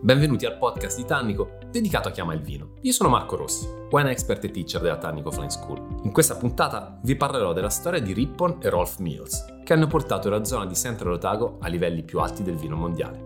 Benvenuti al podcast di Tannico dedicato a chi ama il vino. Io sono Marco Rossi, wine expert e teacher della Tannico Flying School. In questa puntata vi parlerò della storia di Rippon e Rolf Mills, che hanno portato la zona di Central Otago ai livelli più alti del vino mondiale.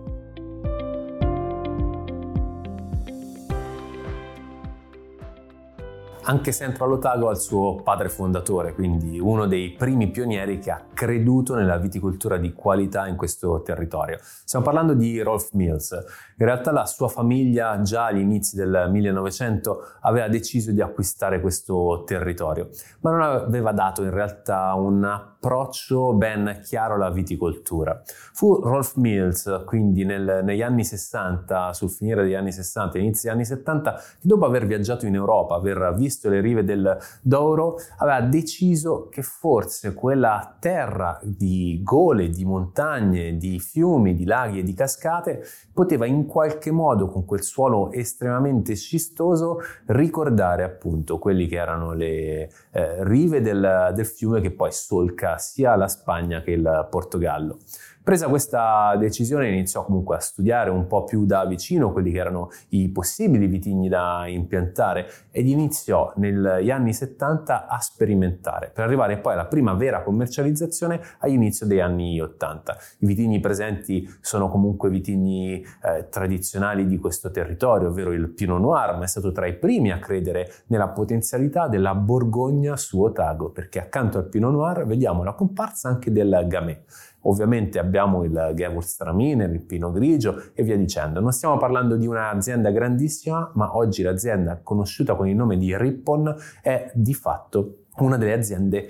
Anche Central Otago ha il suo padre fondatore, quindi uno dei primi pionieri che ha creduto nella viticoltura di qualità in questo territorio. Stiamo parlando di Rolf Mills. In realtà la sua famiglia già agli inizi del 1900 aveva deciso di acquistare questo territorio, ma non aveva dato in realtà un approccio ben chiaro alla viticoltura. Fu Rolf Mills, quindi negli anni 60, sul finire degli anni 60 e inizi degli anni 70, che dopo aver viaggiato in Europa, aver visto le rive del Douro, aveva deciso che forse quella terra di gole, di montagne, di fiumi, di laghi e di cascate poteva in qualche modo, con quel suolo estremamente scistoso, ricordare appunto quelli che erano le rive del fiume che poi solca sia la Spagna che il Portogallo. Presa questa decisione iniziò comunque a studiare un po' più da vicino quelli che erano i possibili vitigni da impiantare ed iniziò negli anni 70 a sperimentare per arrivare poi alla prima vera commercializzazione all'inizio degli anni 80. I vitigni presenti sono comunque vitigni tradizionali di questo territorio, ovvero il Pinot Noir, ma è stato tra i primi a credere nella potenzialità della Borgogna su Otago, perché accanto al Pinot Noir vediamo la comparsa anche del Gamay. Ovviamente abbiamo il Gewürztraminer, il Pinot Grigio e via dicendo. Non stiamo parlando di un'azienda grandissima, ma oggi l'azienda conosciuta con il nome di Rippon è di fatto una delle aziende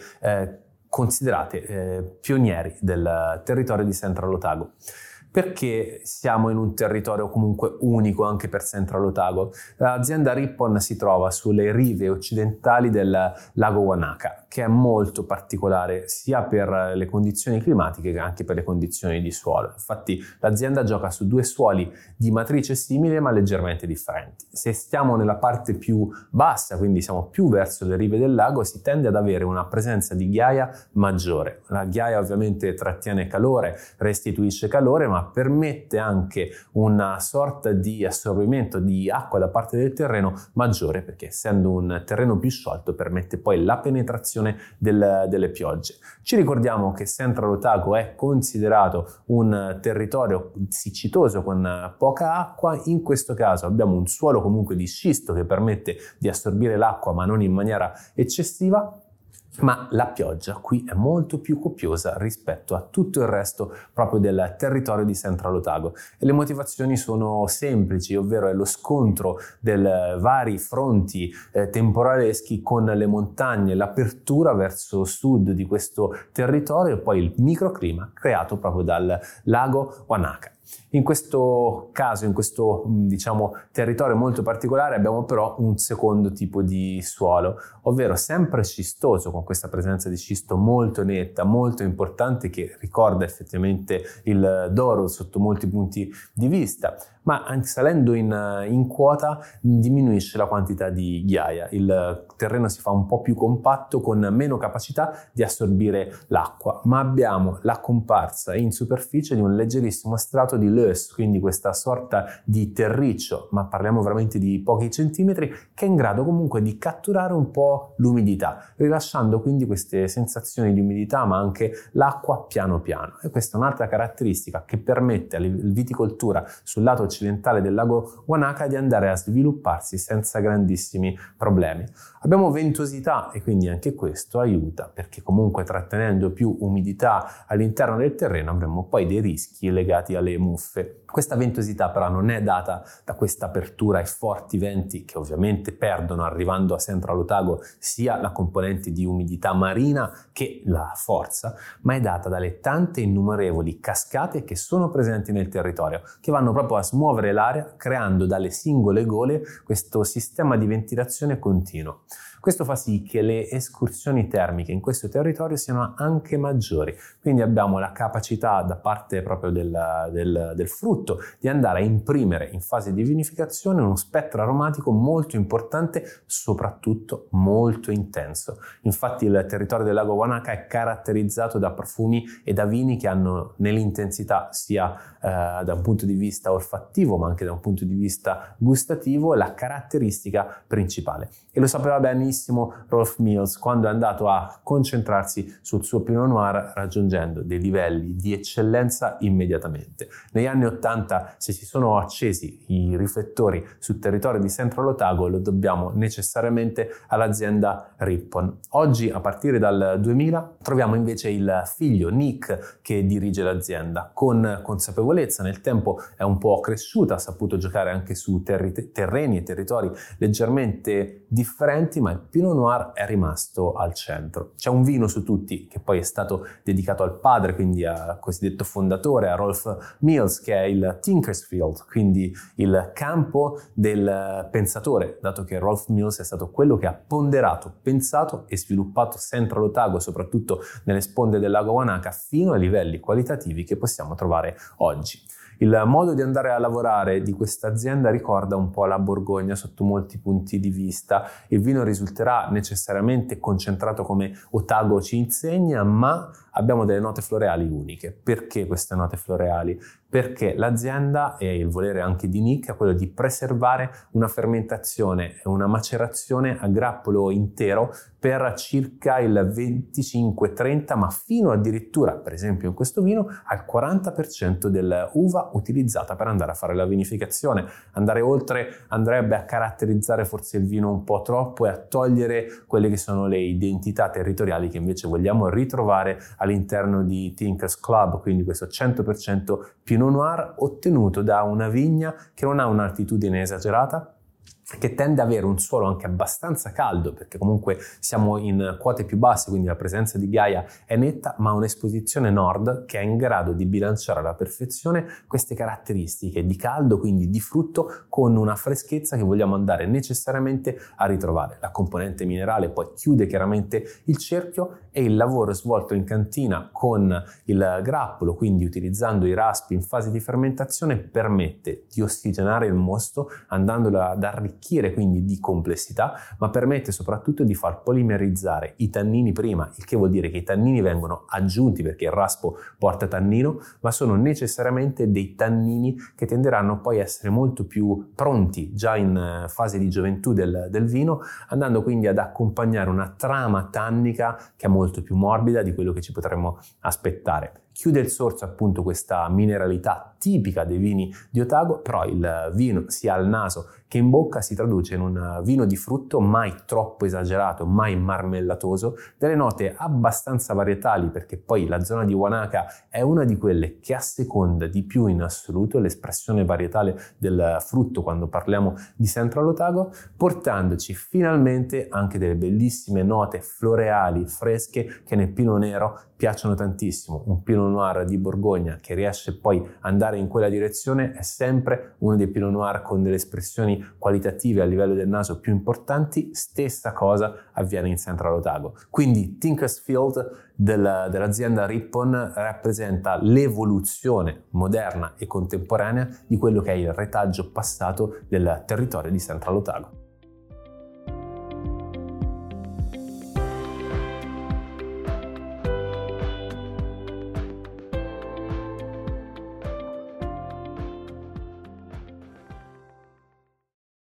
considerate pionieri del territorio di Central Otago. Perché siamo in un territorio comunque unico anche per Central Otago? L'azienda Rippon si trova sulle rive occidentali del lago Wanaka, che è molto particolare sia per le condizioni climatiche che anche per le condizioni di suolo. Infatti l'azienda gioca su due suoli di matrice simile ma leggermente differenti. Se stiamo nella parte più bassa, quindi siamo più verso le rive del lago, si tende ad avere una presenza di ghiaia maggiore. La ghiaia ovviamente trattiene calore, restituisce calore, ma permette anche una sorta di assorbimento di acqua da parte del terreno maggiore, perché essendo un terreno più sciolto permette poi la penetrazione delle piogge. Ci ricordiamo che Central Otago è considerato un territorio siccitoso con poca acqua. In questo caso abbiamo un suolo comunque di scisto che permette di assorbire l'acqua ma non in maniera eccessiva. Ma la pioggia qui è molto più copiosa rispetto a tutto il resto proprio del territorio di Central Otago e le motivazioni sono semplici, ovvero è lo scontro dei vari fronti temporaleschi con le montagne, l'apertura verso sud di questo territorio e poi il microclima creato proprio dal lago Wanaka. In questo caso, in questo territorio molto particolare, abbiamo però un secondo tipo di suolo, ovvero sempre scistoso, con questa presenza di scisto molto netta, molto importante, che ricorda effettivamente il Douro sotto molti punti di vista, ma anche salendo in quota diminuisce la quantità di ghiaia, il terreno si fa un po' più compatto con meno capacità di assorbire l'acqua, ma abbiamo la comparsa in superficie di un leggerissimo strato di löss, quindi questa sorta di terriccio, ma parliamo veramente di pochi centimetri, che è in grado comunque di catturare un po' l'umidità, rilasciando quindi queste sensazioni di umidità ma anche l'acqua piano piano. E questa è un'altra caratteristica che permette alla viticoltura sul lato occidentale del lago Wanaka di andare a svilupparsi senza grandissimi problemi. Abbiamo ventosità e quindi anche questo aiuta, perché comunque trattenendo più umidità all'interno del terreno avremo poi dei rischi legati alle muffe. Questa ventosità però non è data da questa apertura ai forti venti che ovviamente perdono arrivando a Central Otago sia la componente di umidità marina che la forza, ma è data dalle tante innumerevoli cascate che sono presenti nel territorio, che vanno proprio a smuovere l'aria creando dalle singole gole questo sistema di ventilazione continuo. Questo fa sì che le escursioni termiche in questo territorio siano anche maggiori, quindi abbiamo la capacità da parte proprio del frutto di andare a imprimere in fase di vinificazione uno spettro aromatico molto importante, soprattutto molto intenso. Infatti il territorio del lago Wanaka è caratterizzato da profumi e da vini che hanno nell'intensità sia da un punto di vista olfattivo ma anche da un punto di vista gustativo la caratteristica principale. E lo sapeva benissimo Rolf Mills quando è andato a concentrarsi sul suo Pinot Noir, raggiungendo dei livelli di eccellenza immediatamente. Negli anni 80, se si sono accesi i riflettori sul territorio di Central Otago, lo dobbiamo necessariamente all'azienda Rippon. Oggi, a partire dal 2000, troviamo invece il figlio Nick che dirige l'azienda. Con consapevolezza, nel tempo è un po' cresciuta, ha saputo giocare anche su terreni e territori leggermente differenti, ma il Pinot Noir è rimasto al centro. C'è un vino su tutti che poi è stato dedicato al padre, quindi al cosiddetto fondatore, a Rolf Mills, che è il Tinker's Field, quindi il campo del pensatore, dato che Rolf Mills è stato quello che ha ponderato, pensato e sviluppato Central Otago, soprattutto nelle sponde del lago Wanaka, fino ai livelli qualitativi che possiamo trovare oggi. Il modo di andare a lavorare di questa azienda ricorda un po' la Borgogna sotto molti punti di vista. Il vino risulterà necessariamente concentrato come Otago ci insegna, ma abbiamo delle note floreali uniche. Perché queste note floreali? Perché l'azienda e il volere anche di Nick è quello di preservare una fermentazione e una macerazione a grappolo intero per circa il 25-30, ma fino addirittura, per esempio in questo vino, al 40% dell'uva utilizzata per andare a fare la vinificazione. Andare oltre andrebbe a caratterizzare forse il vino un po' troppo e a togliere quelle che sono le identità territoriali che invece vogliamo ritrovare all'interno di Tinker's Club, quindi questo 100% Pinot Noir ottenuto da una vigna che non ha un'altitudine esagerata, che tende ad avere un suolo anche abbastanza caldo, perché comunque siamo in quote più basse, quindi la presenza di ghiaia è netta, ma un'esposizione nord che è in grado di bilanciare alla perfezione queste caratteristiche di caldo, quindi di frutto, con una freschezza che vogliamo andare necessariamente a ritrovare. La componente minerale poi chiude chiaramente il cerchio e il lavoro svolto in cantina con il grappolo, quindi utilizzando i raspi in fase di fermentazione, permette di ossigenare il mosto andandolo ad arricchire, quindi di complessità, ma permette soprattutto di far polimerizzare i tannini prima, il che vuol dire che i tannini vengono aggiunti perché il raspo porta tannino, ma sono necessariamente dei tannini che tenderanno poi a essere molto più pronti già in fase di gioventù del vino, andando quindi ad accompagnare una trama tannica che è molto più morbida di quello che ci potremmo aspettare. Chiude il sorso appunto questa mineralità tipica dei vini di Otago, però il vino sia al naso che in bocca si traduce in un vino di frutto mai troppo esagerato, mai marmellatoso, delle note abbastanza varietali, perché poi la zona di Wanaka è una di quelle che asseconda di più in assoluto l'espressione varietale del frutto quando parliamo di Central Otago, portandoci finalmente anche delle bellissime note floreali fresche che nel Pinot Nero piacciono tantissimo. Un Pinot Noir di Borgogna che riesce poi ad andare in quella direzione è sempre uno dei Pinot Noir con delle espressioni qualitative a livello del naso più importanti. Stessa cosa avviene in Central Otago. Quindi Tinker's Field dell'azienda Rippon rappresenta l'evoluzione moderna e contemporanea di quello che è il retaggio passato del territorio di Central Otago.